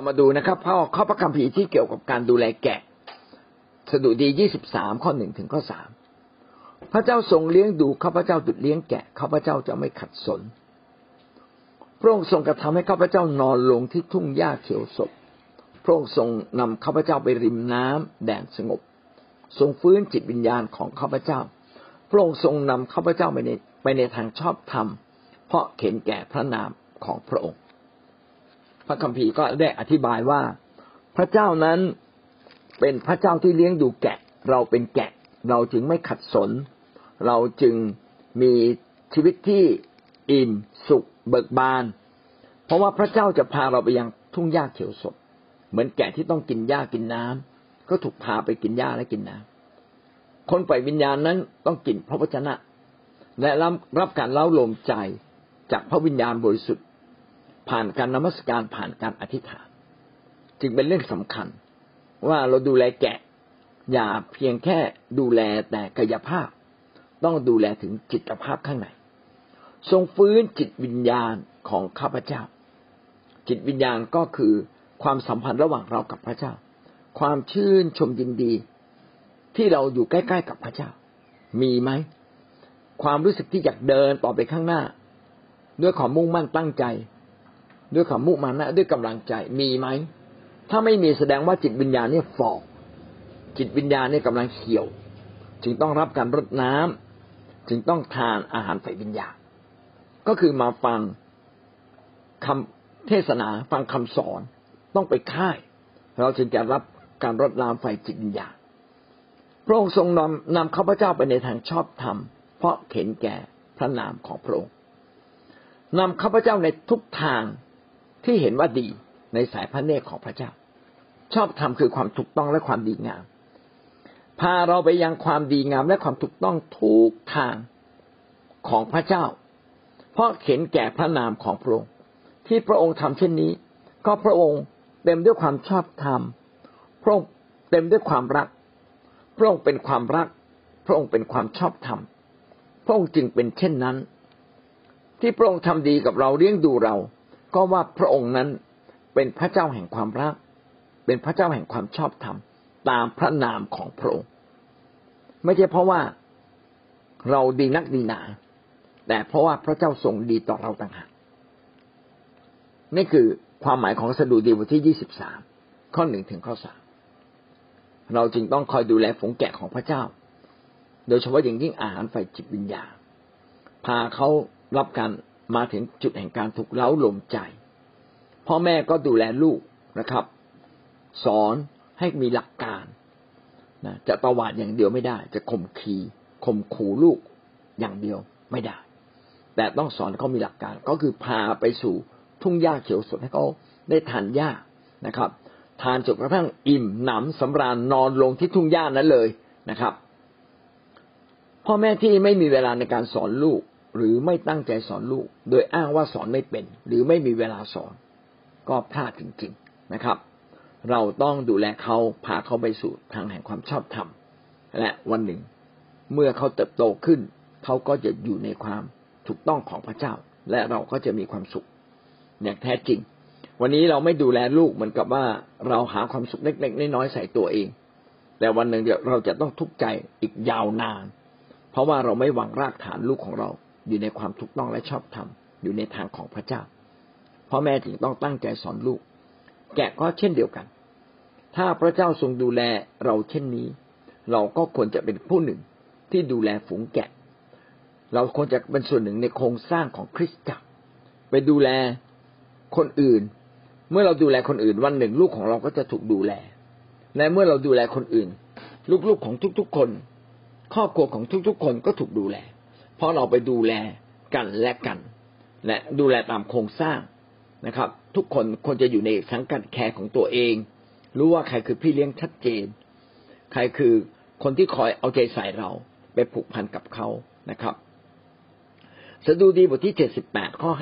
มาดูนะครับข้อพระคัมภีร์ที่เกี่ยวกับการดูแลแกะสดุดี23ข้อ1ถึงข้อ3พระเจ้าทรงเลี้ยงดูข้าพเจ้าดุจเลี้ยงแกะข้าพเจ้าจะไม่ขัดสนพระองค์ทรงกระทำให้ข้าพเจ้านอนลงที่ทุ่งหญ้าเขียวสดพระองค์ทรงนำข้าพเจ้าไปริมน้ำแดนสงบทรงฟื้นจิตวิญญาณของข้าพเจ้าพระองค์ทรงนำข้าพเจ้าไปในทางชอบธรรมเพราะเห็นแก่พระนามของพระองค์พระคัมภีร์ก็ได้อธิบายว่าพระเจ้านั้นเป็นพระเจ้าที่เลี้ยงดูแกะเราเป็นแกะเราจึงไม่ขัดสนเราจึงมีชีวิตที่อิ่มสุขเบิกบานเพราะว่าพระเจ้าจะพาเราไปยังทุ่งหญ้าเขียวสดเหมือนแกะที่ต้องกินหญ้ากินน้ำก็ถูกพาไปกินหญ้าและกินน้ำคนฝ่ายวิญญาณนั้นต้องกินพระวจนะและรับการเล้าโลมใจจากพระวิญญาณบริสุทธิ์ผ่านการนมัสการผ่านการอธิษฐานจึงเป็นเรื่องสำคัญว่าเราดูแลแกะอย่าเพียงแค่ดูแลแต่กายภาพต้องดูแลถึงจิตภาพข้างในทรงฟื้นจิตวิญญาณของข้าพเจ้าจิตวิญญาณก็คือความสัมพันธ์ระหว่างเรากับพระเจ้าความชื่นชมยินดีที่เราอยู่ใกล้ๆกับพระเจ้ามีไหมความรู้สึกที่อยากเดินต่อไปข้างหน้าด้วยความมุ่งมั่นตั้งใจด้วยความมุมานะด้วยกำลังใจมีไหมถ้าไม่มีแสดงว่าจิตวิญญาณเนี่ยฝ่อจิตวิญญาณเนี่ยกำลังเขียวจึงต้องรับการรดน้ำจึงต้องทานอาหารฝ่ายวิญญาณก็คือมาฟังคำเทศนาฟังคำสอนต้องไปค่ายเราจึงจะรับการรดน้ำฝ่ายจิตวิญญาณพระองค์ทรงนำข้าพเจ้าไปในทางชอบธรรมเพราะเห็นแก่พระนามของพระองค์นำข้าพเจ้าในทุกทางที่เห็นว่าดีในสายพระเนตรของพระเจ้าชอบธรรมคือความถูกต้องและความดีงามพาเราไปยังความดีงามและความถูกต้องทุกทางของพระเจ้าเพราะเห็นแก่พระนามของพระองค์ที่พระองค์ทำเช่นนี้ก็พระองค์เต็มด้วยความชอบธรรมพระองค์เต็มด้วยความรักพระองค์เป็นความรักพระองค์เป็นความชอบธรรมพระองค์จึงเป็นเช่นนั้นที่พระองค์ทำดีกับเราเลี้ยงดูเราก็ว่าพระองค์นั้นเป็นพระเจ้าแห่งความรักเป็นพระเจ้าแห่งความชอบธรรมตามพระนามของพระองค์ไม่ใช่เพราะว่าเราดีนักดีหนาแต่เพราะว่าพระเจ้าทรงดีต่อเราต่างหากนี่คือความหมายของสดุดีบทที่23ข้อ1ถึงข้อ3เราจึงต้องคอยดูแลฝูงแกะของพระเจ้าโดยเฉพาะอย่างยิ่งอาหารฝ่ายจิตวิญญาณพาเขารับการมาถึงจุดแห่งการถูกเล้าโลมใจพ่อแม่ก็ดูแลลูกนะครับสอนให้มีหลักการนะจะตวาดอย่างเดียวไม่ได้จะข่มขู่ลูกอย่างเดียวไม่ได้แต่ต้องสอนเขามีหลักการก็คือพาไปสู่ทุ่งหญ้าเขียวสดให้เขาได้ทานหญ้านะครับทานจนกระทั่งอิ่มหนำสำราญนอนลงที่ทุ่งหญ้านั้นเลยนะครับพ่อแม่ที่ไม่มีเวลาในการสอนลูกหรือไม่ตั้งใจสอนลูกโดยอ้างว่าสอนไม่เป็นหรือไม่มีเวลาสอนก็พลาดจริงๆนะครับเราต้องดูแลเขาพาเขาไปสู่ทางแห่งความชอบธรรมและวันหนึ่งเมื่อเขาเติบโตขึ้นเขาก็จะอยู่ในความถูกต้องของพระเจ้าและเราก็จะมีความสุขอย่างแท้จริงวันนี้เราไม่ดูแลลูกเหมือนกับว่าเราหาความสุขเล็กๆน้อยๆใส่ตัวเองแต่วันหนึ่งเราจะต้องทุกข์ใจอีกยาวนานเพราะว่าเราไม่วางรากฐานลูกของเราอยู่ในความถูกต้องและชอบธรรมอยู่ในทางของพระเจ้าพ่อแม่จึงต้องตั้งใจสอนลูกแกะก็เช่นเดียวกันถ้าพระเจ้าทรงดูแลเราเช่นนี้เราก็ควรจะเป็นผู้หนึ่งที่ดูแลฝูงแกะเราควรจะเป็นส่วนหนึ่งในโครงสร้างของคริสตจักรไปดูแลคนอื่นเมื่อเราดูแลคนอื่นวันหนึ่งลูกของเราก็จะถูกดูแลและเมื่อเราดูแลคนอื่นลูกๆของทุกๆคนครอบครัวของทุกๆคนก็ถูกดูแลเพราะเราไปดูแลกันและกันและดูแลตามโครงสร้างนะครับทุกคนควรจะอยู่ในสังกัดแคร์ของตัวเองรู้ว่าใครคือพี่เลี้ยงชัดเจนใครคือคนที่คอยเอาใจใส่เราไปผูกพันกับเขานะครับสดุดีบทที่78ข้อ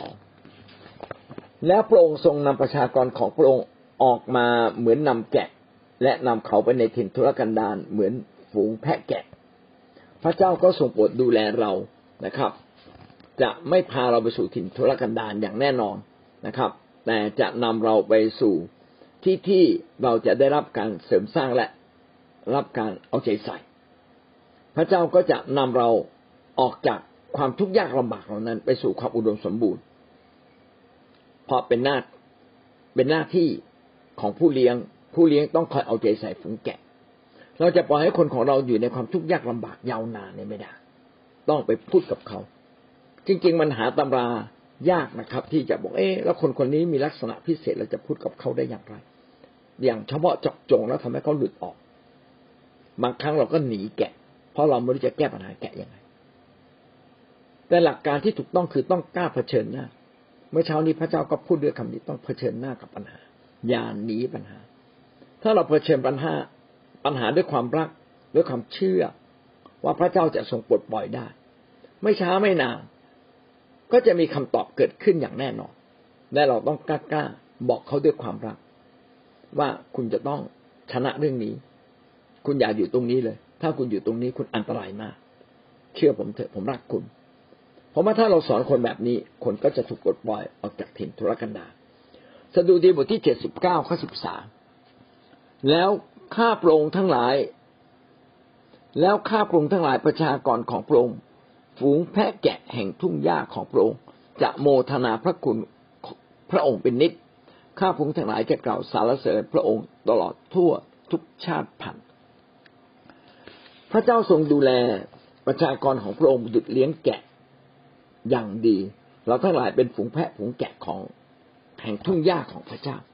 52แล้วพระองค์ทรงนำประชากรของพระองค์ออกมาเหมือนนำแกะและนำเขาไปในถิ่นทุรกันดารเหมือนฝูงแพะแกะพระเจ้าก็ทรงโปรดดูแลเรานะครับจะไม่พาเราไปสู่ถิ่นทุรกันดารอย่างแน่นอนนะครับแต่จะนำเราไปสู่ที่เราจะได้รับการเสริมสร้างและรับการเอาใจใส่พระเจ้าก็จะนำเราออกจากความทุกข์ยากลำบากเหล่านั้นไปสู่ความอุดมสมบูรณ์เพราะเป็นหน้าที่ของผู้เลี้ยงต้องคอยเอาใจใส่ฝูงแกะเราจะปล่อยให้คนของเราอยู่ในความทุกข์ยากลำบากยาวนานเนี่ยไม่ได้ต้องไปพูดกับเขาจริงๆมันหาตำรายากนะครับที่จะบอกแล้วคนนี้มีลักษณะพิเศษเราจะพูดกับเขาได้อย่างไรอย่างเฉพาะเจาะจงแล้วทำให้เขาหลุดออกบางครั้งเราก็หนีแกะเพราะเราไม่รู้จะแก้ปัญหาแกะยังไงแต่หลักการที่ถูกต้องคือต้องกล้าเผชิญหน้าเมื่อเช้านี้พระเจ้าก็พูดด้วยคำนี้ต้องเผชิญหน้ากับปัญหาอย่าหนีปัญหาถ้าเราเผชิญปัญหาด้วยความรักด้วยความเชื่อว่าพระเจ้าจะทรงปลดปล่อยได้ไม่ช้าไม่นานก็จะมีคำตอบเกิดขึ้นอย่างแน่นอนและเราต้องกล้าบอกเขาด้วยความรักว่าคุณจะต้องชนะเรื่องนี้คุณอย่าอยู่ตรงนี้เลยถ้าคุณอยู่ตรงนี้คุณอันตรายมากเชื่อผมเถอะผมรักคุณเพราะว่าถ้าเราสอนคนแบบนี้คนก็จะถูกปลดปล่อยออกจากถิ่นทุรกันดารสดุดีบทที่79ข้อ13แล้วข้าพระองค์ทั้งหลายประชากรของพระองค์ฝูงแพะแกะแห่งทุ่งหญ้าของพระองค์จะโมทนาพระคุณพระองค์เป็นนิจข้าพระองค์ทั้งหลายจะกล่าวสรรเสริญพระองค์ตลอดทั่วทุกชาติพันธุ์พระเจ้าทรงดูแลประชากรของพระองค์ดุจเลี้ยงแกะอย่างดีเราทั้งหลายเป็นฝูงแพะฝูงแกะของแห่งทุ่งหญ้าของพระเจ้า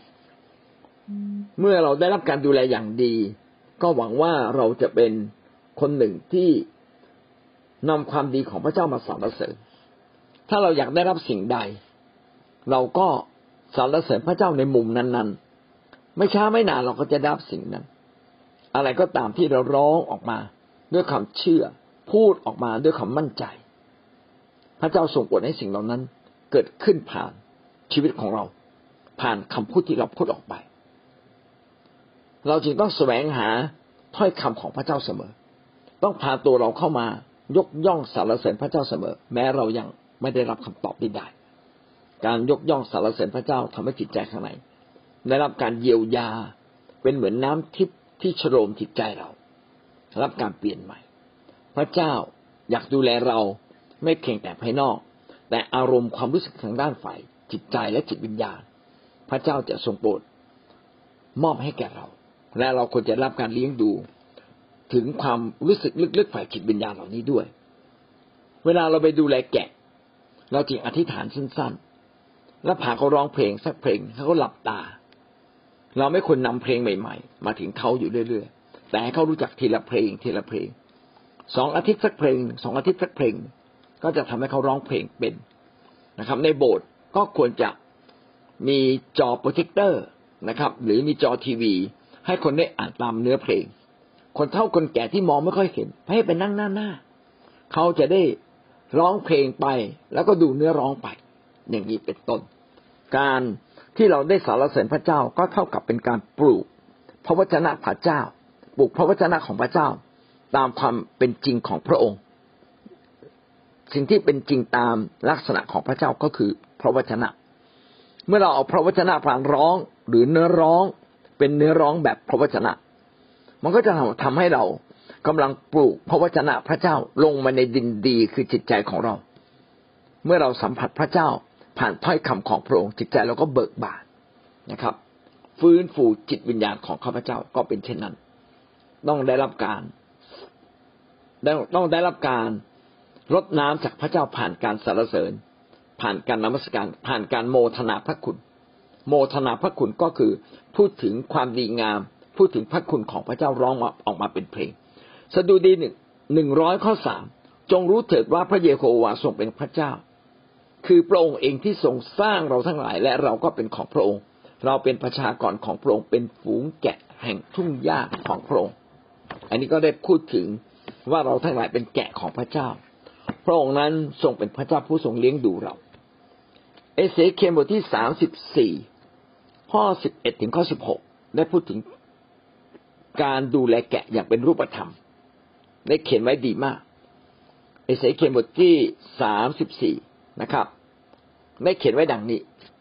เมื่อเราได้รับการดูแลอย่างดีก็หวังว่าเราจะเป็นคนหนึ่งที่นำความดีของพระเจ้ามาสรรเสริญถ้าเราอยากได้รับสิ่งใดเราก็สรรเสริญพระเจ้าในมุมนั้นๆไม่ช้าไม่นานเราก็จะได้รับสิ่งนั้นอะไรก็ตามที่เราร้องออกมาด้วยความเชื่อพูดออกมาด้วยความมั่นใจพระเจ้าทรงโปรดให้สิ่งเหล่านั้นเกิดขึ้นผ่านชีวิตของเราผ่านคำพูดที่เราพูดออกไปเราจึงต้องแสวงหาถ้อยคำของพระเจ้าเสมอต้องพาตัวเราเข้ามายกย่องสรรเสริญพระเจ้าเสมอแม้เรายังไม่ได้รับคำตอบใดๆการยกย่องสรรเสริญพระเจ้าทำให้จิตใจข้างในได้รับการเยียวยาเป็นเหมือนน้ำทิพย์ที่ชโลมจิตใจเรารับการเปลี่ยนใหม่พระเจ้าอยากดูแลเราไม่เพียงแต่ภายนอกแต่อารมณ์ความรู้สึกทางด้านฝ่ายจิตใจและจิตวิญญาณพระเจ้าจะทรงโปรดมอบให้แก่เราและเราควรจะรับการเลี้ยงดูถึงความรู้สึกลึกๆฝ่ายจิตวิญญาณเหล่านี้ด้วยเวลาเราไปดูแลแกะเราจึงอธิษฐานสั้นๆแล้วพาเขาร้องเพลงสักเพลงเขาก็หลับตาเราไม่ควรนำเพลงใหม่ๆมาถึงเขาอยู่เรื่อยๆแต่ให้เขารู้จักทีละเพลง2 อาทิตย์สักเพลง2 อาทิตย์สักเพลงก็จะทำให้เขาร้องเพลงเป็นนะครับในโบสถ์ก็ควรจะมีจอโปรเจคเตอร์นะครับหรือมีจอทีวีให้คนได้อ่านตามเนื้อเพลงคนเฒ่าคนแก่ที่มองไม่ค่อยเห็นให้ไปนั่งหน้าเขาจะได้ร้องเพลงไปแล้วก็ดูเนื้อร้องไปอย่างนี้เป็นต้นการที่เราได้สรรเสริญพระเจ้าก็เท่ากับเป็นการปลูกพระวจนะพระเจ้าปลูกพระวจนะของพระเจ้าตามความเป็นจริงของพระองค์สิ่งที่เป็นจริงตามลักษณะของพระเจ้าก็คือพระวจนะเมื่อเราเอาพระวจนะผ่านร้องหรือเนื้อร้องเป็นเนื้อร้องแบบพระวจนะมันก็จะทำให้เรากำลังปลูกพระวจนะพระเจ้าลงมาในดินดีคือจิตใจของเราเมื่อเราสัมผัสพระเจ้าผ่านถ้อยคำของพระองค์จิตใจเราก็เบิกบานนะครับฟื้นฟูจิตวิญญาณของข้าพเจ้าก็เป็นเช่นนั้นต้องได้รับการรดน้ำจากพระเจ้าผ่านการสรรเสริญผ่านการนมัสการผ่านการโมทนาพระคุณโมทนาพระคุณก็คือพูดถึงความดีงามพูดถึงพระคุณของพระเจ้าร้องออกมาเป็นเพลงสดุดี100ข้อ3จงรู้เถิดว่าพระเยโฮวาห์ทรงเป็นพระเจ้าคือพระองค์เองที่ทรงสร้างเราทั้งหลายและเราก็เป็นของพระองค์เราเป็นประชากรของพระองค์เป็นฝูงแกะแห่งทุ่งหญ้าของพระองค์อันนี้ก็ได้พูดถึงว่าเราทั้งหลายเป็นแกะของพระเจ้าพระองค์นั้นทรงเป็นพระเจ้าผู้ทรงเลี้ยงดูเราเอเสเคียลบทที่34ข้อ11ถึงข้อ16ได้พูดถึงการดูแลแกะอย่างเป็นรูปธรรมได้เขียนไว้ดีมากเอเสเคียลบทที่34นะครับได้เขียนไว้ดังนี้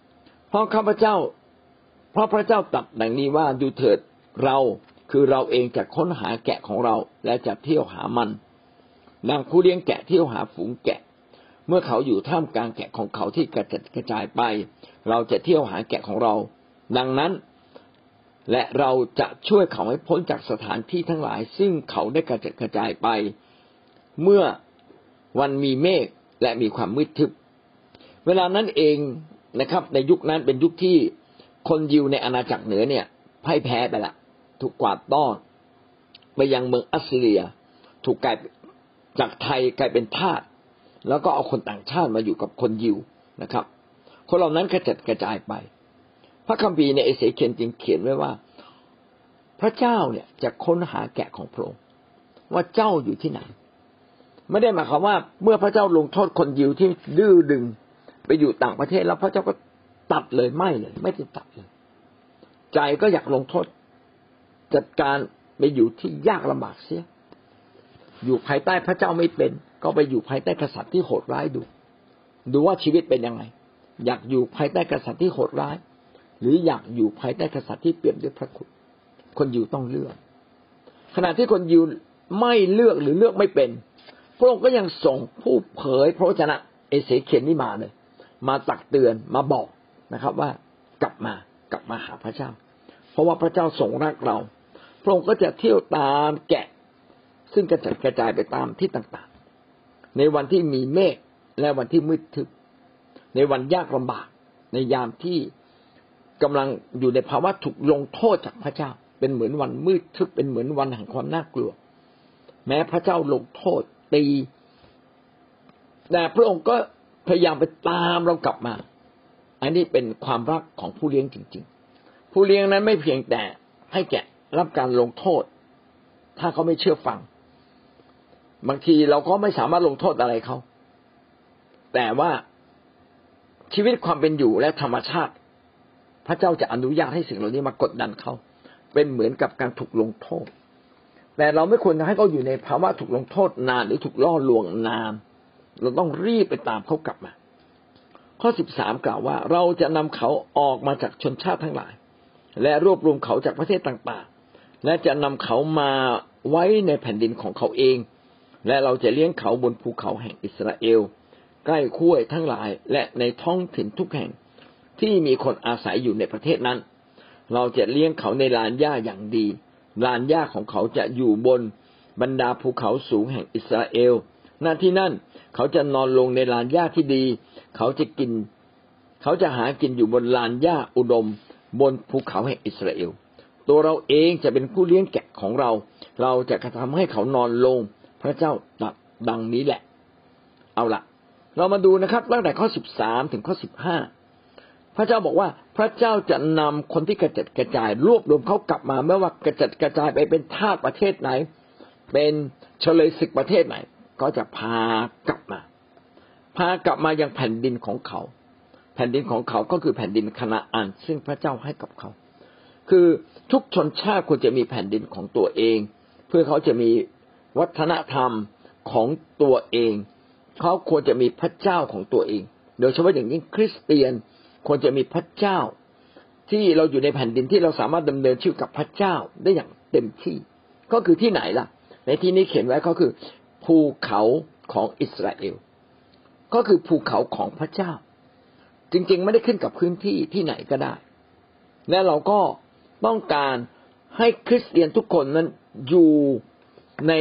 เพราะพระเจ้าตรัสดังนี้ว่าดูเถิดเราคือเราเองจะค้นหาแกะของเราและจะเที่ยวหามันดังผู้เลี้ยงแกะเที่ยวหาฝูงแกะเมื่อเขาอยู่ท่ามกลางแกะของเขาที่กระจัดกระจายไปเราจะเที่ยวหาแกะของเราดังนั้นและเราจะช่วยเขาให้พ้นจากสถานที่ทั้งหลายซึ่งเขาได้กระจัดกระจายไปเมื่อวันมีเมฆและมีความมืดทึบเวลานั้นเองนะครับในยุคนั้นเป็นยุคที่คนยิวในอาณาจักรเหนือเนี่ยพ่ายแพ้ไปละถูกกวาดต้อนไปยังเมืองอัสซีเรียถูกกลายจากไทยกลายเป็นทาสแล้วก็เอาคนต่างชาติมาอยู่กับคนยิวนะครับคนเหล่านั้นกระจัดกระจายไปพระคัมภีร์ในเอเสเคียลจึงเขียนไว้ว่าพระเจ้าเนี่ยจะค้นหาแกะของพระองค์ว่าเจ้าอยู่ที่ไหนไม่ได้หมายความว่าเมื่อพระเจ้าลงโทษคนยิวที่ดื้อดึงไปอยู่ต่างประเทศแล้วพระเจ้าก็ตัดเลยไม่ได้ตัดเลยใจก็อยากลงโทษจัดการไปอยู่ที่ยากลำบากเสียอยู่ภายใต้พระเจ้าไม่เป็นก็ไปอยู่ภายใต้กษัตริย์ที่โหดร้ายดูว่าชีวิตเป็นยังไงอยากอยู่ภายใต้กษัตริย์ที่โหดร้ายหรืออยากอยู่ภายใต้กษัตริย์ที่เปี่ยมด้วยพระคุณคนยิวต้องเลือกขณะที่คนยิวไม่เลือกหรือเลือกไม่เป็นพระองค์ก็ยังส่งผู้เผยพระวจนะเอเสเคียลนี่มาเลยมาตักเตือนมาบอกนะครับว่ากลับมาหาพระเจ้าเพราะว่าพระเจ้าทรงรักเราพระองค์ก็จะเที่ยวตามแกะซึ่งกระจัดกระจายไปตามที่ต่างๆในวันที่มีเมฆและวันที่มืดทึบในวันยากลำบากในยามที่กำลังอยู่ในภาวะถูกลงโทษจากพระเจ้าเป็นเหมือนวันมืดทึบเป็นเหมือนวันแห่งความน่ากลัวแม้พระเจ้าลงโทษตีแต่พระองค์ก็พยายามไปตามเรากลับมาอันนี้เป็นความรักของผู้เลี้ยงจริงๆผู้เลี้ยงนั้นไม่เพียงแต่ให้แกะรับการลงโทษถ้าเขาไม่เชื่อฟังบางทีเราก็ไม่สามารถลงโทษอะไรเขาแต่ว่าชีวิตความเป็นอยู่และธรรมชาติพระเจ้าจะอนุญาตให้สิ่งเหล่านี้มากดดันเขาเป็นเหมือนกับการถูกลงโทษแต่เราไม่ควรให้เขาอยู่ในภาวะถูกลงโทษนานหรือถูกล่อลวงนานเราต้องรีบไปตามเขากลับมาข้อ13กล่าวว่าเราจะนำเขาออกมาจากชนชาติทั้งหลายและรวบรวมเขาจากประเทศต่างๆและจะนำเขามาไว้ในแผ่นดินของเขาเองและเราจะเลี้ยงเขาบนภูเขาแห่งอิสราเอลใกล้ห้วยทั้งหลายและในท้องถิ่นทุกแห่งที่มีคนอาศัยอยู่ในประเทศนั้นเราจะเลี้ยงเขาในลานหญ้าอย่างดีลานหญ้าของเขาจะอยู่บนบรรดาภูเขาสูงแห่งอิสราเอลณที่นั่นเขาจะนอนลงในลานหญ้าที่ดีเขาจะหากินอยู่บนลานหญ้าอุดมบนภูเขาแห่งอิสราเอลตัวเราเองจะเป็นผู้เลี้ยงแกะของเราเราจะกระทำให้เขานอนลงพระเจ้าตรัสดังนี้แหละเอาล่ะเรามาดูนะครับตั้งแต่ข้อ13ถึงข้อ15พระเจ้าบอกว่าพระเจ้าจะนำคนที่กระจัดกระจายรวบรวมเขากลับมาไม่ว่ากระจัดกระจายไปเป็นทาสประเทศไหนเป็นเฉลยศึกประเทศไหนก็จะพากลับมายังแผ่นดินของเขาแผ่นดินของเขาก็คือแผ่นดินคานาอันซึ่งพระเจ้าให้กับเขาคือทุกชนชาติควรจะมีแผ่นดินของตัวเองเพื่อเขาจะมีวัฒนธรรมของตัวเองเขาควรจะมีพระเจ้าของตัวเองโดยเฉพาะอย่างยิ่งคริสเตียนควรจะมีพระเจ้าที่เราอยู่ในแผ่นดินที่เราสามารถดำเนินชีวิตกับพระเจ้าได้อย่างเต็มที่ก็คือที่ไหนล่ะในที่นี้เขียนไว้ก็คือภูเขาของอิสราเอลก็คือภูเขาของพระเจ้าจริงๆไม่ได้ขึ้นกับพื้นที่ที่ไหนก็ได้และเราก็ต้องการให้คริสเตียนทุกคนนั้นอยู่ใน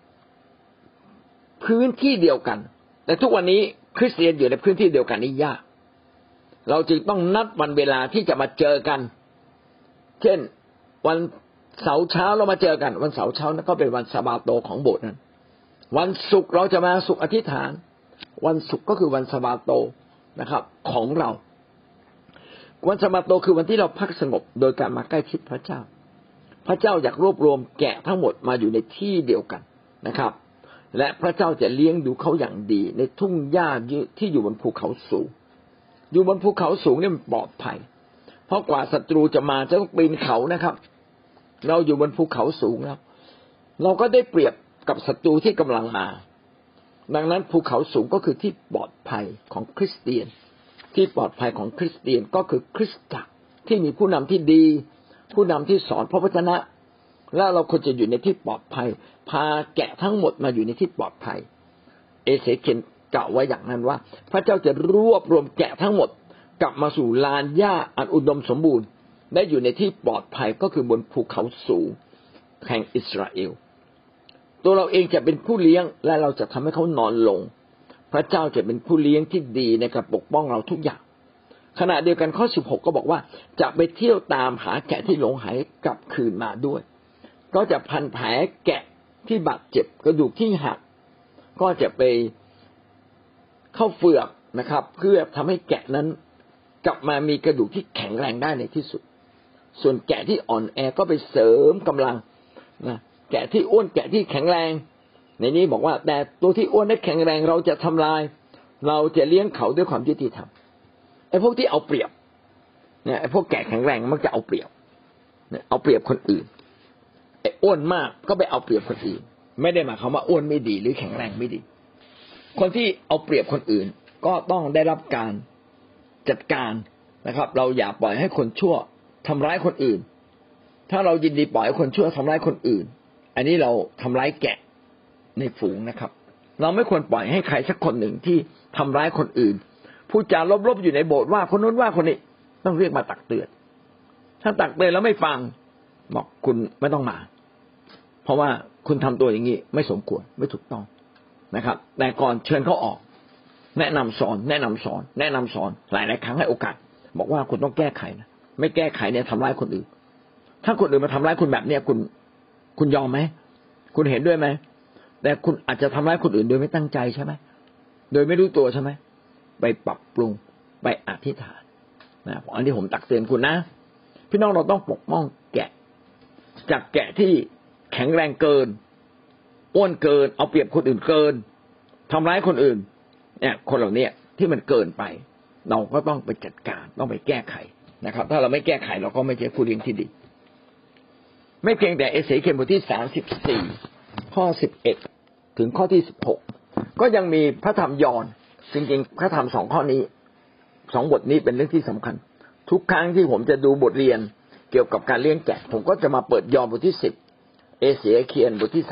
พื้นที่เดียวกันแต่ทุกวันนี้คริสเตียนอยู่ในพื้นที่เดียวกันนี่ยากเราจึงต้องนัดวันเวลาที่จะมาเจอกันเช่นวันเสาร์เช้าเรามาเจอกันวันเสาร์เช้านั้นก็เป็นวันสะบาโตของโบสถ์นั้นวันศุกร์เราจะมาศุกร์อธิษฐานวันศุกร์ก็คือวันสะบาโตนะครับของเราวันสะบาโตคือวันที่เราพักสงบโดยการมาใกล้ชิดพระเจ้าพระเจ้าอยากรวบรวมแกะทั้งหมดมาอยู่ในที่เดียวกันนะครับและพระเจ้าจะเลี้ยงดูเขาอย่างดีในทุ่งหญ้าที่อยู่บนภูเขาสูงอยู่บนภูเขาสูงนี่มันปลอดภัยเพราะกว่าศัตรูจะมาจะต้องปีนเขานะครับเราอยู่บนภูเขาสูงแล้วเราก็ได้เปรียบกับศัตรูที่กำลังมาดังนั้นภูเขาสูงก็คือที่ปลอดภัยของคริสเตียนที่ปลอดภัยของคริสเตียนก็คือคริสตจักรที่มีผู้นำที่ดีผู้นำที่สอนพระวจนะและเราควรจะอยู่ในที่ปลอดภัยพาแกะทั้งหมดมาอยู่ในที่ปลอดภัยเอเสเคียลกล่าวไว้อย่างนั้นว่าพระเจ้าจะรวบรวมแกะทั้งหมดกลับมาสู่ลานหญ้าอันอุดมสมบูรณ์ได้อยู่ในที่ปลอดภัยก็คือบนภูเขาสูงแห่งอิสราเอลตัวเราเองจะเป็นผู้เลี้ยงและเราจะทำให้เขานอนลงพระเจ้าจะเป็นผู้เลี้ยงที่ดีในการปกป้องเราทุกอย่างขณะเดียวกันข้อ16ก็บอกว่าจะไปเที่ยวตามหาแกะที่หลงหายกลับคืนมาด้วยก็จะพันแผลแกะที่บาดเจ็บกระดูกที่หักก็จะไปเข้าเฟือกนะครับเพื่อทำให้แกะนั้นกลับมามีกระดูกที่แข็งแรงได้ในที่สุดส่วนแกะที่อ่อนแอก็ไปเสริมกำลังนะแกะที่อ้วนแกะที่แข็งแรงในนี้บอกว่าแต่ตัวที่อ้วนและแข็งแรงเราจะทำลายเราจะเลี้ยงเขาด้วยความยุติธรรมไอ้พวกที่เอาเปรียบเนี่ยไอ้พวกแกะแข็งแรงมักจะเอาเปรียบเนี่ยเอาเปรียบคนอื่นไอ้อ้วนมากก็ไปเอาเปรียบคนอื่นไม่ได้หมายความว่าอ้วนไม่ดีหรือแข็งแรงไม่ดีคนที่เอาเปรียบคนอื่นก็ต้องได้รับการจัดการนะครับเราอย่าปล่อยให้คนชั่วทำร้ายคนอื่นถ้าเรายินดีปล่อยให้คนชั่วทำร้ายคนอื่นอันนี้เราทำร้ายแกะในฝูงนะครับเราไม่ควรปล่อยให้ใครสักคนหนึ่งที่ทำร้ายคนอื่นพูดจาลบๆอยู่ในโบสถ์ว่าคนนู้นว่าคนนี้ต้องเรียกมาตักเตือนถ้าตักเตือนแล้วไม่ฟังบอกคุณไม่ต้องมาเพราะว่าคุณทำตัวอย่างนี้ไม่สมควรไม่ถูกต้องนะครับแต่ก่อนเชิญเขาออกแนะนำสอนหลายครั้งให้โอกาสบอกว่าคุณต้องแก้ไขนะไม่แก้ไขเนี่ยทำร้ายคนอื่นถ้าคนอื่นมาทำร้ายคุณแบบเนี้ยคุณยอมไหมคุณเห็นด้วยไหมแต่คุณอาจจะทำร้ายคนอื่นโดยไม่ตั้งใจใช่ไหมโดยไม่รู้ตัวใช่ไหมไปปรับปรุงไปอธิษฐานนะอันนี้ผมตักเตือนคุณนะพี่น้องเราต้องปกป้องแกะจากแกะที่แข็งแรงเกินอ้วนเกินเอาเปรียบคนอื่นเกินทำร้ายคนอื่นเนี่ยคนเหล่านี้ที่มันเกินไปเราก็ต้องไปจัดการต้องไปแก้ไขนะครับถ้าเราไม่แก้ไขเราก็ไม่ใช่ผู้เลี้ยงที่ดีไม่เพียงแต่เอเสเคียลบทที่34ข้อ11ถึงข้อที่16ก็ยังมีพระธรรมยอห์นจริงๆพระธรรม2ข้อนี้2บทนี้เป็นเรื่องที่สำคัญทุกครั้งที่ผมจะดูบทเรียนเกี่ยวกับการเลี้ยงแกะผมก็จะมาเปิดยอห์นบทที่10เอเสเคียลบทที่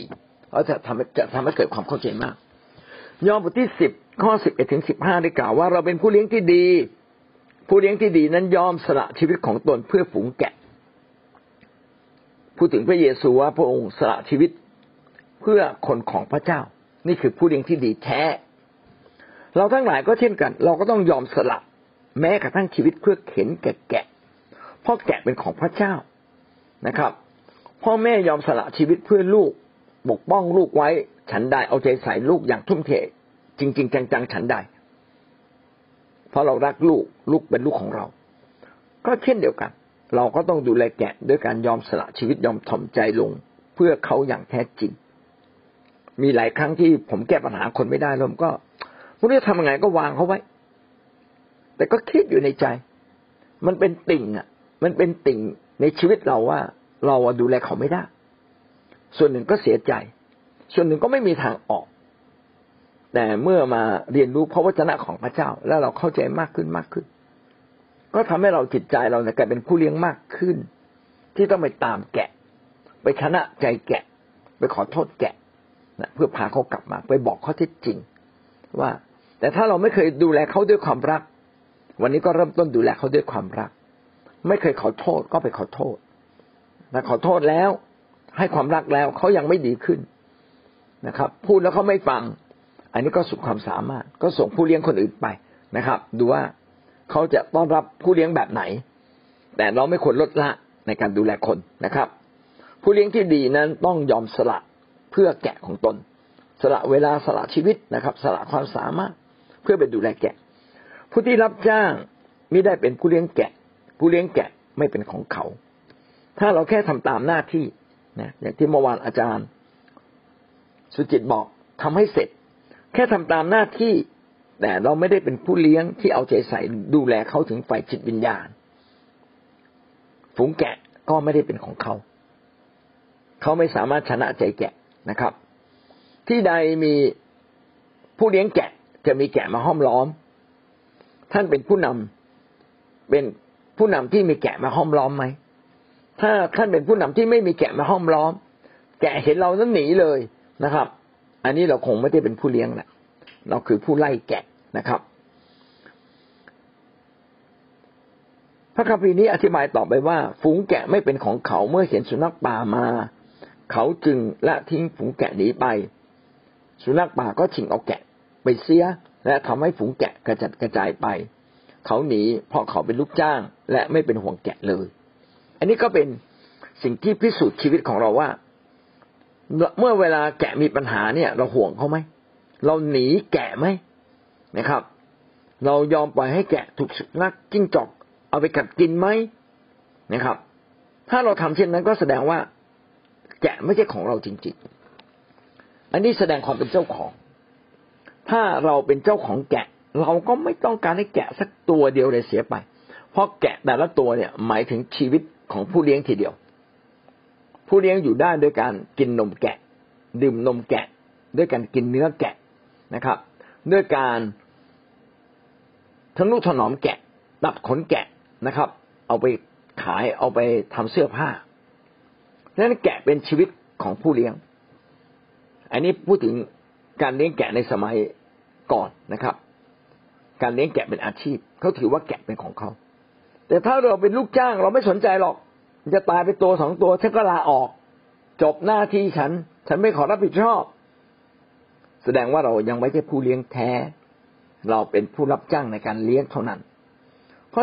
34แล้วจะทำให้เกิดความเข้าใจมากยอห์นบทที่10ข้อ11ถึง15ได้กล่าวว่าเราเป็นผู้เลี้ยงที่ดีผู้เลี้ยงที่ดีนั้นยอมสละชีวิตของตนเพื่อฝูงแกะพูดถึงพระเยซูว่าพระองค์สละชีวิตเพื่อคนของพระเจ้านี่คือผู้เลี้ยงที่ดีแท้เราทั้งหลายก็เช่นกันเราก็ต้องยอมสละแม้กระทั่งชีวิตเพื่อเข็นแกะเพราะแกะเป็นของพระเจ้านะครับพ่อแม่ยอมสละชีวิตเพื่อลูกปกป้องลูกไว้ฉันใดเอาใจใส่ลูกอย่างทุ่มเทจริงๆจังๆฉันใดเพราะเรารักลูกเป็นลูกของเราก็เช่นเดียวกันเราก็ต้องดูแลแกะด้วยการยอมสละชีวิตยอมถ่อมใจลงเพื่อเขาอย่างแท้จริงมีหลายครั้งที่ผมแก้ปัญหาคนไม่ได้แล้วผมก็ไม่รู้จะทำยังไงก็วางเขาไว้แต่ก็คิดอยู่ในใจมันเป็นติ่งมันเป็นติ่งในชีวิตเราว่าเราดูแลเขาไม่ได้ส่วนหนึ่งก็เสียใจส่วนหนึ่งก็ไม่มีทางออกแต่เมื่อมาเรียนรู้พระวจนะของพระเจ้าแล้วเราเข้าใจมากขึ้นก็ทำให้เราจิตใจเรากลายเป็นผู้เลี้ยงมากขึ้นที่ต้องไปตามแกะไปชนะใจแกะไปขอโทษแกะนะเพื่อพาเขากลับมาไปบอกข้อเท็จจริงว่าแต่ถ้าเราไม่เคยดูแลเขาด้วยความรักวันนี้ก็เริ่มต้นดูแลเขาด้วยความรักไม่เคยขอโทษก็ไปขอโทษแต่ขอโทษแล้วให้ความรักแล้วเขายังไม่ดีขึ้นนะครับพูดแล้วเขาไม่ฟังอันนี้ก็สุดความสามารถก็ส่งผู้เลี้ยงคนอื่นไปนะครับดูว่าเขาจะต้อนรับผู้เลี้ยงแบบไหนแต่เราไม่ควรลดละในการดูแลคนนะครับผู้เลี้ยงที่ดีนั้นต้องยอมสละเพื่อแกะของตนสละเวลาสละชีวิตนะครับสละความสามารถเพื่อไปดูแลแกะผู้ที่รับจ้างไม่ได้เป็นผู้เลี้ยงแกะผู้เลี้ยงแกะไม่เป็นของเขาถ้าเราแค่ทำตามหน้าที่นะอย่างที่เมื่อวานอาจารย์สุจิตบอกทำให้เสร็จแค่ทำตามหน้าที่แต่เราไม่ได้เป็นผู้เลี้ยงที่เอาใจใส่ดูแลเขาถึงฝ่ายจิตวิญญาณฝูงแกะก็ไม่ได้เป็นของเขาเขาไม่สามารถชนะใจแกะนะครับที่ใดมีผู้เลี้ยงแกะจะมีแกะมาห้อมล้อมท่านเป็นผู้นำที่มีแกะมาห้อมล้อมไหมถ้าท่านเป็นผู้นำที่ไม่มีแกะมาห้อมล้อมแกะเห็นเรานั้นหนีเลยนะครับอันนี้เราคงไม่ได้เป็นผู้เลี้ยงแหละเราคือผู้ไล่แกะนะครับพระคัมภีร์นี้อธิบายต่อไปว่าฝูงแกะไม่เป็นของเขาเมื่อเห็นสุนัขป่ามาเขาจึงละทิ้งฝูงแกะหนีไปสุนัขป่าก็ชิงเอาแกะไปเสียและทำให้ฝูงแกะกระจัดกระจายไปเขาหนีเพราะเขาเป็นลูกจ้างและไม่เป็นห่วงแกะเลยอันนี้ก็เป็นสิ่งที่พิสูจน์ชีวิตของเราว่าเมื่อเวลาแกะมีปัญหาเนี่ยเราห่วงเขาไหมเราหนีแกะไหมนะครับเรายอมปล่อยให้แกะถูกสุนัขจิ้งจอกเอาไปกัดกินไหมนะครับถ้าเราทำเช่นนั้นก็แสดงว่าแกะไม่ใช่ของเราจริงๆอันนี้แสดงความเป็นเจ้าของถ้าเราเป็นเจ้าของแกะเราก็ไม่ต้องการให้แกะสักตัวเดียวเลยเสียไปเพราะแกะแต่ละตัวเนี่ยหมายถึงชีวิตของผู้เลี้ยงทีเดียวผู้เลี้ยงอยู่ได้ด้วยการกินนมแกะดื่มนมแกะด้วยการกินเนื้อแกะนะครับด้วยการทนุถนอมแกะตัดขนแกะนะครับเอาไปขายเอาไปทำเสื้อผ้านั้นแกะเป็นชีวิตของผู้เลี้ยงอันนี้พูดถึงการเลี้ยงแกะในสมัยก่อนนะครับการเลี้ยงแกะเป็นอาชีพเขาถือว่าแกะเป็นของเขาแต่ถ้าเราเป็นลูกจ้างเราไม่สนใจหรอกจะตายไปตัวสองตัวฉันก็ลาออกจบหน้าที่ฉันไม่ขอรับผิดชอบแสดงว่าเรายังไม่ใช่ผู้เลี้ยงแท้เราเป็นผู้รับจ้างในการเลี้ยงเท่านั้นข้อ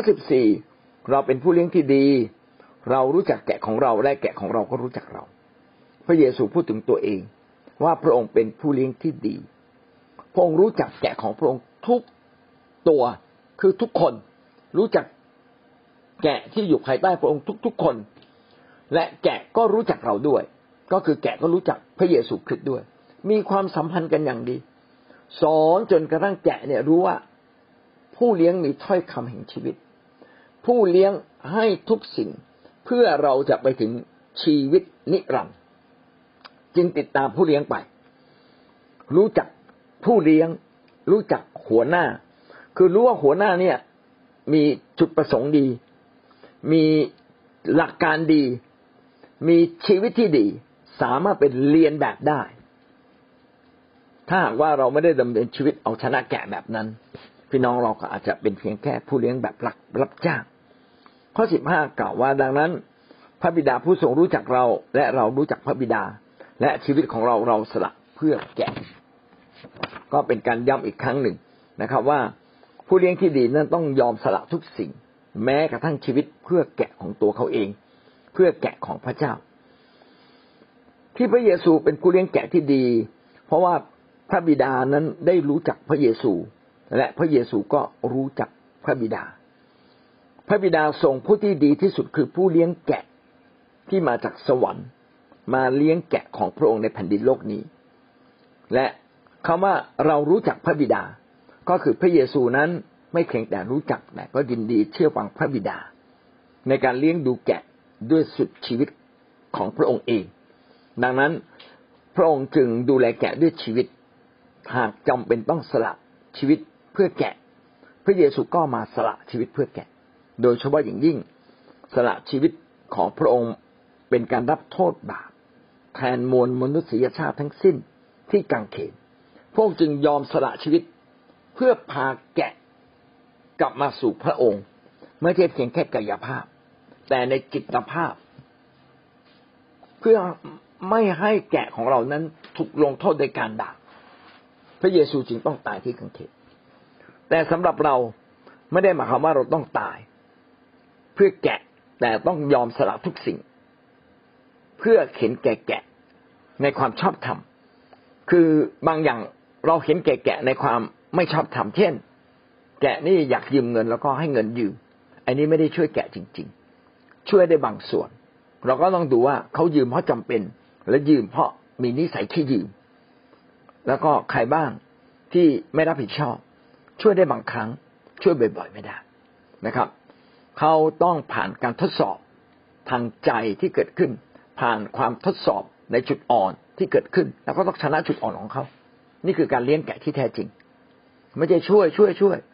14เราเป็นผู้เลี้ยงที่ดีเรารู้จักแกะของเราและแกะของเราก็รู้จักเราพระเยซูพูดถึงตัวเองว่าพระองค์เป็นผู้เลี้ยงที่ดีพระองค์รู้จักแกะของพระองค์ทุกตัวคือทุกคนรู้จักแกะที่อยู่ภายใต้พระองค์ทุกๆคนและแกะก็รู้จักเราด้วยก็คือแกะก็รู้จักพระเยซูคริสต์ด้วยมีความสัมพันธ์กันอย่างดีสอนจนกระทั่งแกะเนี่ยรู้ว่าผู้เลี้ยงมีถ้อยคำแห่งชีวิตผู้เลี้ยงให้ทุกสิ่งเพื่อเราจะไปถึงชีวิตนิรันดร์จึงติดตามผู้เลี้ยงไปรู้จักผู้เลี้ยงรู้จักหัวหน้าคือรู้ว่าหัวหน้าเนี่ยมีจุดประสงค์ดีมีหลักการดีมีชีวิตที่ดีสามารถเป็นเรียนแบบได้ถ้าหากว่าเราไม่ได้ดำเนินชีวิตเอาชนะแกะแบบนั้นพี่น้องเราก็อาจจะเป็นเพียงแค่ผู้เลี้ยงแบบรับจ้างข้อ15กล่าวว่าดังนั้นพระบิดาผู้ทรงรู้จักเราและเรารู้จักพระบิดาและชีวิตของเราสละเพื่อแกะก็เป็นการย้ำอีกครั้งหนึ่งนะครับว่าผู้เลี้ยงที่ดีนั้นต้องยอมสละทุกสิ่งแม้กระทั่งชีวิตเพื่อแกะของตัวเขาเองเพื่อแกะของพระเจ้าที่พระเยซูเป็นผู้เลี้ยงแกะที่ดีเพราะว่าพระบิดานั้นได้รู้จักพระเยซูและพระเยซูก็รู้จักพระบิดาพระบิดาส่งผู้ที่ดีที่สุดคือผู้เลี้ยงแกะที่มาจากสวรรค์มาเลี้ยงแกะของพระองค์ในแผ่นดินโลกนี้และคำว่าเรารู้จักพระบิดาก็คือพระเยซูนั้นไม่เพียงแต่รู้จักแต่ก็ยินดีเชื่อฟังพระบิดาในการเลี้ยงดูแกะด้วยสุดชีวิตของพระองค์เองดังนั้นพระองค์จึงดูแลแกะด้วยชีวิตหากจำเป็นต้องสละชีวิตเพื่อแกะพระเยซูก็มาสละชีวิตเพื่อแกะโดยเฉพาะอย่างยิ่งสละชีวิตของพระองค์เป็นการรับโทษบาปแทนมวลมนุษยชาติทั้งสิ้นที่กังเขนพระองค์จึงยอมสละชีวิตเพื่อพาแกะกลับมาสู่พระองค์ไม่ใช่เพียงแค่กายภาพแต่ในจิตภาพเพื่อไม่ให้แกะของเรานั้นถูกลงโทษโดยการด่าพระเยซูจึงต้องตายที่กังเขนแต่สำหรับเราไม่ได้หมายความว่าเราต้องตายเพื่อแกะแต่ต้องยอมสละทุกสิ่งเพื่อเห็นแก่แกะในความชอบธรรมคือบางอย่างเราเห็นแก่แกะในความไม่ชอบธรรมเช่นแกะนี่อยากยืมเงินแล้วก็ให้เงินยืมอันนี้ไม่ได้ช่วยแกะจริงๆช่วยได้บางส่วนเราก็ต้องดูว่าเขายืมเพราะจำเป็นและยืมเพราะมีนิสัยขี้ยืมแล้วก็ใครบ้างที่ไม่รับผิดชอบช่วยได้บางครั้งช่วยบ่อยๆไม่ได้นะครับเขาต้องผ่านการทดสอบทางใจที่เกิดขึ้นผ่านความทดสอบในจุดอ่อนที่เกิดขึ้นแล้วก็ต้องชนะจุดอ่อนของเขานี่คือการเลี้ยงแกะที่แท้จริงไม่ใช่ช่วย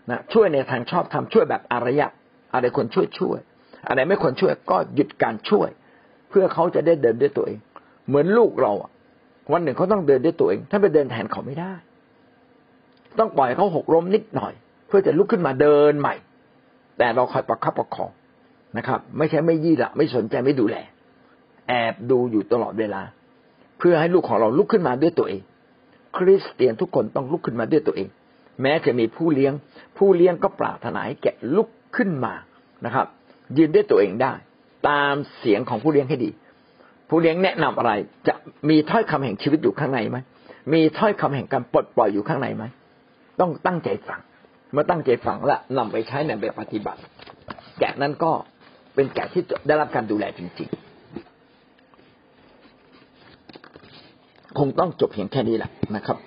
นะช่วยในทางชอบธรรมช่วยแบบอารยะอะไรควรช่วยอะไรไม่ควรช่วยก็หยุดการช่วยเพื่อเขาจะได้เดินด้วยตัวเองเหมือนลูกเราวันหนึ่งเขาต้องเดินด้วยตัวเองถ้าไปเดินแทนเขาไม่ได้ต้องปล่อยเขาหกล้มนิดหน่อยเพื่อจะลุกขึ้นมาเดินใหม่แต่เราคอยประคับประคองนะครับไม่ใช่ไม่ยี่ละไม่สนใจไม่ดูแลแอบดูอยู่ตลอดเวลาเพื่อให้ลูกของเราลุกขึ้นมาด้วยตัวเองคริสเตียนทุกคนต้องลุกขึ้นมาด้วยตัวเองแม้จะมีผู้เลี้ยงก็ปรารถนาให้แกะลุกขึ้นมานะครับยืนด้วยตัวเองได้ตามเสียงของผู้เลี้ยงให้ดีผู้เลี้ยงแนะนำอะไรจะมีถ้อยคำแห่งชีวิตอยู่ข้างในไหมมีถ้อยคำแห่งการปลดปล่อยอยู่ข้างในไหมต้องตั้งใจฟังเมื่อตั้งใจฟังและนำไปใช้ในแบบปฏิบัติแกะนั้นก็เป็นแกะที่ได้รับการดูแลจริงๆคงต้องจบเพียงแค่นี้แหละนะครับ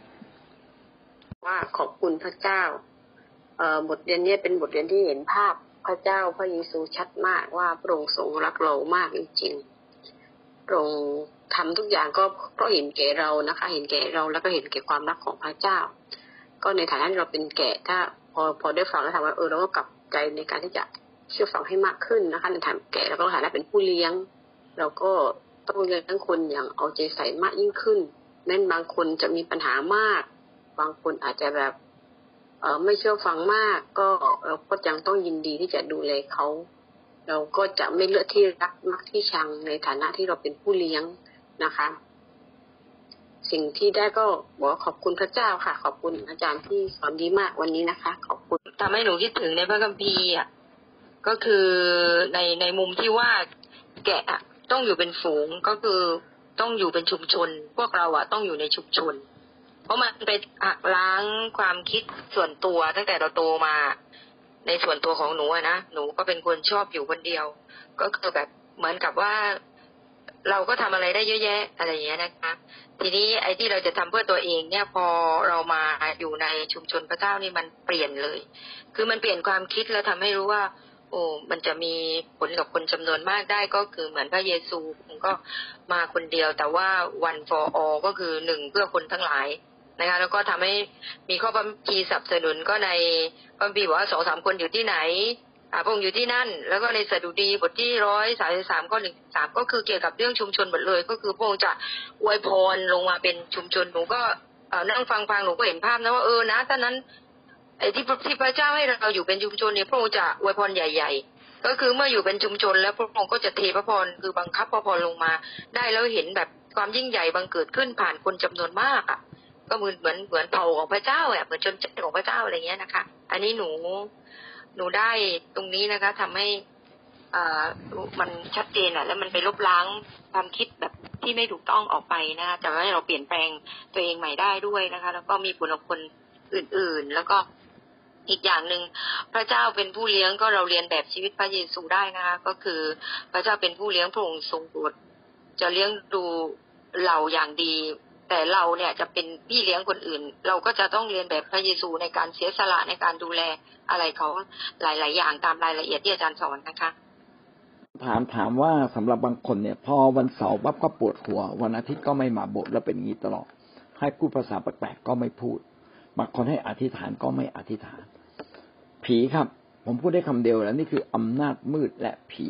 ว่าขอบคุณพระเจ้าบทเรียนนี้เป็นบทเรียนที่เห็นภาพพระเจ้าพระเยซูชัดมากว่าพระองค์ทรงรักเรามากจริงๆพระองค์ทำทุกอย่างก็เพราะเห็นแก่เรานะคะเห็นแก่เราแล้วก็เห็นแก่ความรักของพระเจ้าก็ในฐานะที่เราเป็นแกะถ้าพอได้ฟังแล้วถามว่าเราก็กลับใจในการที่จะเชื่อฟังให้มากขึ้นนะคะในฐานะแกะเราก็ฐานะเป็นผู้เลี้ยงเราก็ต้องเลี้ยงทั้งคนอย่างเอาใจใส่มากยิ่งขึ้นแม้บางคนจะมีปัญหามากบางคนอาจจะแบบไม่เชื่อฟังมากก็เราก็ยังต้องยินดีที่จะดูแลเขาเราก็จะไม่เลือกที่รักมักที่ชังในฐานะที่เราเป็นผู้เลี้ยงนะคะสิ่งที่ได้ก็บอกขอบคุณพระเจ้าค่ะขอบคุณอาจารย์ที่สอนดีมากวันนี้นะคะขอบคุณทำให้หนูคิดถึงในพระคัมภีร์ก็คือในมุมที่ว่าแกะต้องอยู่เป็นฝูงก็คือต้องอยู่เป็นชุมชนพวกเราต้องอยู่ในชุมชนเพราะมันไปหักล้างความคิดส่วนตัวตั้งแต่เราโตมาในส่วนตัวของหนูนะหนูก็เป็นคนชอบอยู่คนเดียวก็คือแบบเหมือนกับว่าเราก็ทำอะไรได้เยอะแยะอะไรอย่างเงี้ยนะคะทีนี้ไอ้ที่เราจะทำเพื่อตัวเองเนี่ยพอเรามาอยู่ในชุมชนพระเจ้านี่มันเปลี่ยนเลยคือมันเปลี่ยนความคิดแล้วทำให้รู้ว่าโอ้มันจะมีผลกับคนจำนวนมากได้ก็คือเหมือนพระเยซูก็มาคนเดียวแต่ว่า one for all ก็คือหนึ่งเพื่อคนทั้งหลายนะคะแล้วก็ทำให้มีข้อพระคัมภีร์สนับสนุนก็ในพระคัมภีร์บอกว่า2-3 คนอยู่ที่ไหนพระองค์อยู่ที่นั่นแล้วก็ในสดุดีบทที่133ข้อ1-3ก็คือเกี่ยวกับเรื่องชุมชนหมดเลยก็คือพระองค์จะอวยพรลงมาเป็นชุมชนหนูก็นั่งฟังหนูก็เห็นภาพนะว่านะตอนนั้นไอ้ที่พระเจ้าให้เราอยู่เป็นชุมชนเนี่ยพระองค์จะอวยพรใหญ่ๆก็คือเมื่ออยู่เป็นชุมชนแล้วพระองค์ก็จะเทพระพรคือบังคับพระพรลงมาได้แล้วเห็นแบบความยิ่งใหญ่บังเกิดขึ้นผ่านคนจำนวนมากก็เหมือนเผ่าของพระเจ้าเหมือนชนชาติของพระเจ้าอะไรเงี้ยนะคะอันนี้หนูได้ตรงนี้นะคะทำให้มันชัดเจนแล้วมันไปลบล้างความคิดแบบที่ไม่ถูกต้องออกไปนะคะจะให้เราเปลี่ยนแปลงตัวเองใหม่ได้ด้วยนะคะแล้วก็มีผลกับคนอื่นๆแล้วก็อีกอย่างหนึ่งพระเจ้าเป็นผู้เลี้ยงก็เราเรียนแบบชีวิตพระเยซูได้นะคะก็คือพระเจ้าเป็นผู้เลี้ยงพระองค์ทรงโปรดจะเลี้ยงดูเราอย่างดีแต่เราเนี่ยจะเป็นพี่เลี้ยงคนอื่นเราก็จะต้องเรียนแบบพระเยซูในการเสียสละในการดูแลอะไรเขาหลายๆอย่างตามรายละเอียดที่อาจารย์สอนนะคะถามว่าสำหรับบางคนเนี่ยพอวันเสาร์ปั๊บก็ปวดหัววันอาทิตย์ก็ไม่มาโบสถ์แล้วเป็นอย่างนี้ตลอดให้พูดภาษาแปลกๆก็ไม่พูดบางคนให้อธิษฐานก็ไม่อธิษฐานผีครับผมพูดได้คำเดียวแล้วนี่คืออำนาจมืดและผี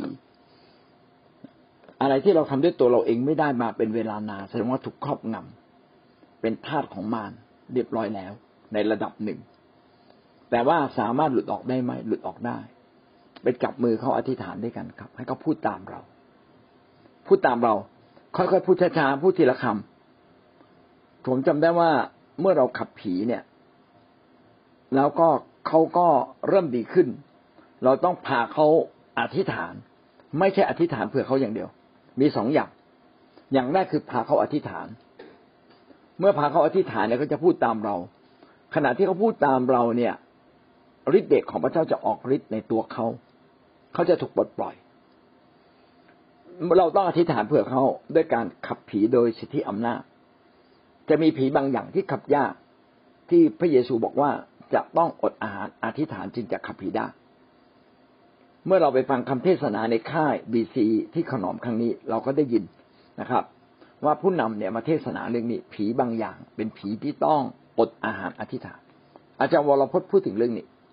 อะไรที่เราทำด้วยตัวเราเองไม่ได้มาเป็นเวลานานแสดงว่าถูกครอบงำเป็นทาสของมารเรียบร้อยแล้วในระดับหนึ่งแต่ว่าสามารถหลุดออกได้ไหมหลุดออกได้ไปจับมือเขาอธิษฐานด้วยกันครับให้เขาพูดตามเราค่อยๆพูดช้าๆพูดทีละคำผมจำได้ว่าเมื่อเราขับผีเนี่ยแล้วก็เขาก็เริ่มดีขึ้นเราต้องพาเขาอธิษฐานไม่ใช่อธิษฐานเพื่อเขาอย่างเดียวมี2 อย่างแรกคือพาเขาอธิษฐานเมื่อพาเขาอธิษฐานเนี่ยเขาจะพูดตามเราขณะที่เขาพูดตามเราเนี่ยฤทธิ์เดชของพระเจ้าจะออกฤทธิ์ในตัวเขาจะถูกปลดปล่อยเราต้องอธิษฐานเพื่อเขาด้วยการขับผีโดยสิทธิอำนาจจะมีผีบางอย่างที่ขับยากที่พระเยซูบอกว่าจะต้องอดอาหารอธิษฐานจึงจะขับผีได้เมื่อเราไปฟังคำเทศนาในค่าย BC ที่ขนอมครั้งนี้เราก็ได้ยินนะครับว่าผู้นำเนี่ยมาเทศนาเรื่องนี้ผีบางอย่างเป็นผีที่ต้องอดอาหารอธิษฐานอาจารย์วรพจน์พูดถึงเรื่องนี้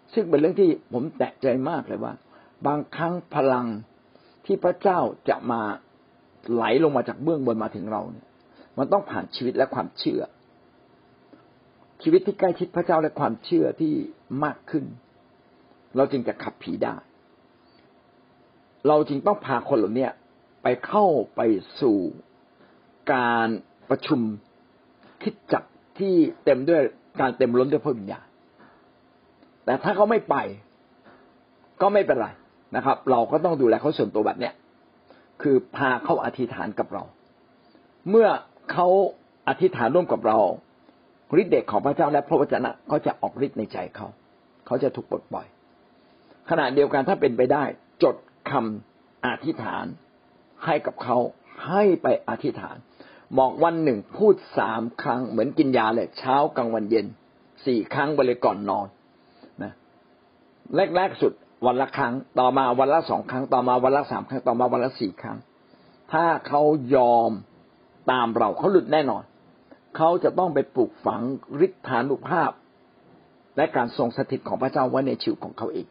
ซึ่งเป็นเรื่องที่ผมแตะใจมากเลยว่าบางครั้งพลังที่พระเจ้าจะมาไหลลงมาจากเบื้องบนมาถึงเราเนี่ยมันต้องผ่านชีวิตและความเชื่อชีวิตที่ใกล้ชิดพระเจ้าและความเชื่อที่มากขึ้นเราจึงจะขับผีได้เราจึงต้องพาคนเหล่านี้ไปเข้าไปสู่การประชุมคริสตจักรที่เต็มด้วยการเต็มล้นด้วยพระวิญญาณแต่ถ้าเขาไม่ไปก็ไม่เป็นไรนะครับเราก็ต้องดูแลเขาส่วนตัวแบบเนี้ยคือพาเขาอธิษฐานกับเราเมื่อเขาอธิษฐานร่วมกับเราฤทธิ์เดชของพระเจ้าและพระวจนะก็จะออกฤทธิ์ในใจเขาจะถูกปลดปล่อยขณะเดียวกันถ้าเป็นไปได้จดคำอธิษฐานให้กับเขาให้ไปอธิษฐานบอกวันหนึ่งพูด3 ครั้งเหมือนกินยาเลยเช้ากลางวันเย็น4 ครั้งไปเลยก่อนนอนนะแรกสุดวันละครั้งต่อมาวันละ2 ครั้งต่อมาวันละ3 ครั้งต่อมาวันละ4 ครั้งถ้าเขายอมตามเราเขาหลุดแน่นอนเขาจะต้องไปปลูกฝังฤทธานุภาพและการทรงสถิตของพระเจ้าไว้ในชีวิตของเขาเอง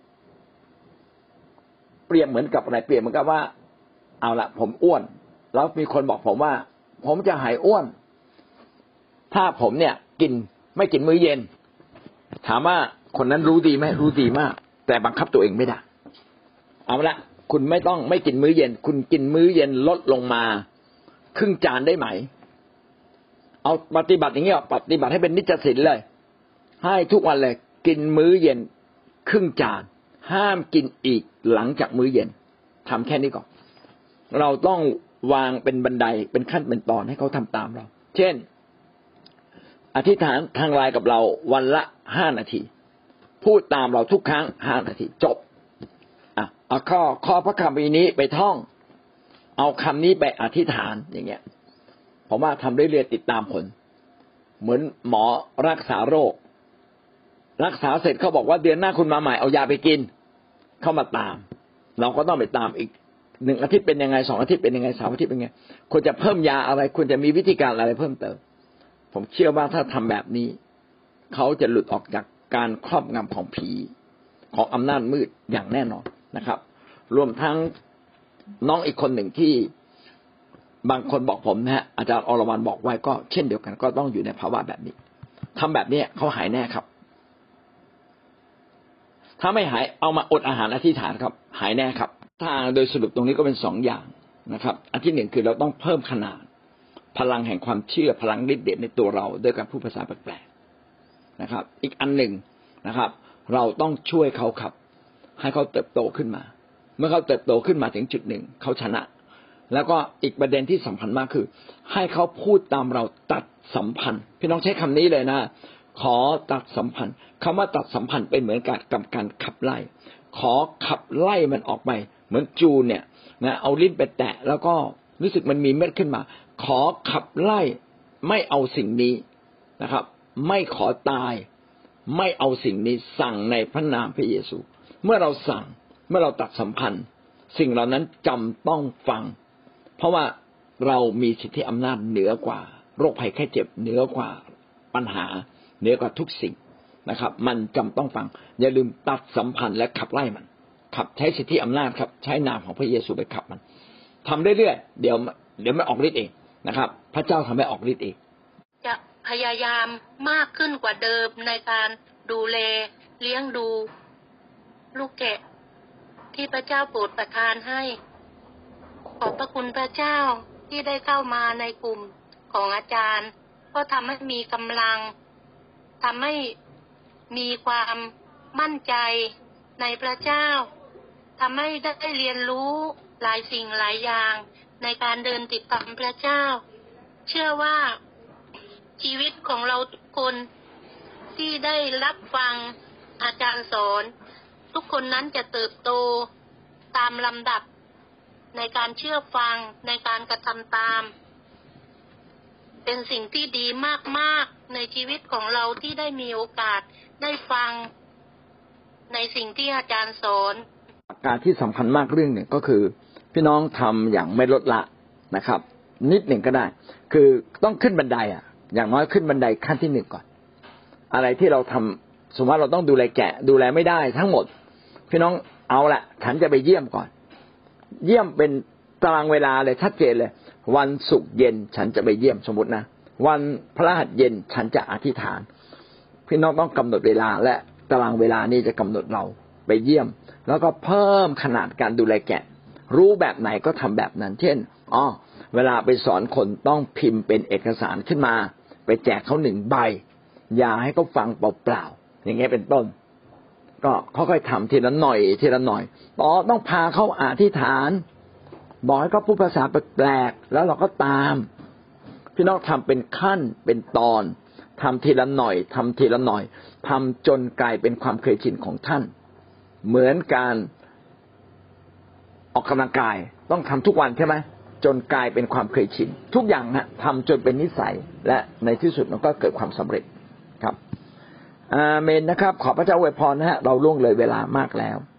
เปรียบเหมือนกับอะไรเปรียบเหมือนกับว่าเอาละผมอ้วนแล้วมีคนบอกผมว่าผมจะหายอ้วนถ้าผมเนี่ยไม่กินมื้อเย็นถามว่าคนนั้นรู้ดีไหมรู้ดีมากแต่บังคับตัวเองไม่ได้เอาละคุณไม่กินมื้อเย็นคุณกินมื้อเย็นลดลงมาครึ่งจานได้ไหมเอาปฏิบัติอย่างนี้ปฏิบัติให้เป็นนิจศีลเลยให้ทุกวันเลยกินมื้อเย็นครึ่งจานห้ามกินอีกหลังจากมื้อเย็นทำแค่นี้ก่อนเราต้องวางเป็นบันไดเป็นขั้นเป็นตอนให้เขาทำตามเราเช่นอธิษฐานทางไลน์กับเราวันละ5 นาทีพูดตามเราทุกครั้ง5 นาทีจบเอาข้อพระคัมภีร์นี้ไปท่องเอาคำนี้ไปอธิษฐานอย่างเงี้ยผมว่าทำเรื่อยๆติดตามผลเหมือนหมอรักษาโรครักษาเสร็จเขาบอกว่าเดือนหน้าคุณมาใหม่เอายาไปกินเข้ามาตามเราก็ต้องไปตามอีก1 อาทิตย์เป็นยังไง2 อาทิตย์เป็นยังไง3 อาทิตย์เป็นยังไงควรจะเพิ่มยาอะไรควรจะมีวิธีการอะไรเพิ่มเติมผมเชื่อว่าถ้าทำแบบนี้เขาจะหลุดออกจากการครอบงำของผีของอำนาจมืดอย่างแน่นอนนะครับรวมทั้งน้องอีกคนหนึ่งที่บางคนบอกผมนะฮะอาจารย์อรวรรณบอกไว้ก็เช่นเดียวกันก็ต้องอยู่ในภาวะแบบนี้ทำแบบนี้เขาหายแน่ครับถ้าไม่หายเอามาอดอาหารอธิษฐานครับหายแน่ครับทางโดยสรุปตรงนี้ก็เป็น2 อย่างนะครับอันที่1คือเราต้องเพิ่มขนาดพลังแห่งความเชื่อพลังฤทธิ์เดชในตัวเราด้วยการพูดภาษาแปลกๆนะครับอีกอันหนึ่งนะครับเราต้องช่วยเขาครับให้เขาเติบโตขึ้นมาเมื่อเขาเติบโตขึ้นมาถึงจุดหนึ่งเขาชนะแล้วก็อีกประเด็นที่สำคัญมากคือให้เขาพูดตามเราตัดสัมพันธ์พี่น้องใช้คำนี้เลยนะขอตัดสัมพันธ์คำว่าตัดสัมพันธ์เป็นเหมือนกับการขับไล่ขอขับไล่มันออกไปเหมือนจูนเนี่ยนะเอาลิ้นไปแตะแล้วก็รู้สึกมันมีเม็ดขึ้นมาขอขับไล่ไม่เอาสิ่งนี้นะครับไม่ขอตายไม่เอาสิ่งนี้สั่งในพระนามพระเยซูเมื่อเราสั่งเมื่อเราตัดสัมพันธ์สิ่งเหล่านั้นจำต้องฟังเพราะว่าเรามีสิทธิอำนาจเหนือกว่าโรคภัยแค่เจ็บเหนือกว่าปัญหาเหนือกว่าทุกสิ่งนะครับมันจำต้องฟังอย่าลืมตัดสัมพันธ์และขับไล่มันขับใช้สิทธิอำนาจครับใช้นามของพระเยซูไปขับมันทำเรื่อยๆเดี๋ยวมันออกฤทธิ์เองนะครับพระเจ้าทำให้ออกฤทธิ์เองจะพยายามมากขึ้นกว่าเดิมในการดูแลเลี้ยงดูลูกแกะที่พระเจ้าโปรดประทานให้ขอบพระคุณพระเจ้าที่ได้เข้ามาในกลุ่มของอาจารย์ก็ทำให้มีกำลังทำให้มีความมั่นใจในพระเจ้าทำให้ได้เรียนรู้หลายสิ่งหลายอย่างในการเดินติดตามพระเจ้าเชื่อว่าชีวิตของเราทุกคนที่ได้รับฟังอาจารย์สอนทุกคนนั้นจะเติบโตตามลำดับในการเชื่อฟังในการกระทำตามเป็นสิ่งที่ดีมากๆในชีวิตของเราที่ได้มีโอกาสได้ฟังในสิ่งที่อาจารย์สอนการที่สำคัญมากเรื่องหนึ่งก็คือพี่น้องทำอย่างไม่ลดละนะครับนิดหนึ่งก็ได้คือต้องขึ้นบันไดอย่างน้อยขึ้นบันไดขั้นที่1ก่อนอะไรที่เราทสมมติว่าเราต้องดูแลแกะดูแลไม่ได้ทั้งหมดพี่น้องเอาละฉันจะไปเยี่ยมก่อนเยี่ยมเป็นตารางเวลาเลยชัดเจนเลยวันศุกร์เย็นฉันจะไปเยี่ยมสมมตินะวันพฤหัสเย็นฉันจะอธิษฐานพี่น้องต้องกำหนดเวลาและตารางเวลานี้จะกำหนดเราไปเยี่ยมแล้วก็เพิ่มขนาดการดูแลแกะรู้แบบไหนก็ทำแบบนั้นเช่นเวลาไปสอนคนต้องพิมพ์เป็นเอกสารขึ้นมาไปแจกเขา1 ใบอย่าให้เขาฟังเปล่าๆอย่างเงี้ยเป็นต้นก็ค่อยๆทำทีละหน่อยทีละหน่อยต้องพาเขาอธิษฐานบอกให้เขาพูดภาษาแปลกๆแล้วเราก็ตามพี่น้องทำเป็นขั้นเป็นตอนทำทีละหน่อยทำทีละหน่อยทำจนกลายเป็นความเคยชินของท่านเหมือนการออกกำลังกายต้องทำทุกวันใช่ไหมจนกลายเป็นความเคยชินทุกอย่างทำจนเป็นนิสัยและในที่สุดมันก็เกิดความสำเร็จครับอาเมนนะครับขอพระเจ้าอวยพรนะฮะเราล่วงเลยเวลามากแล้ว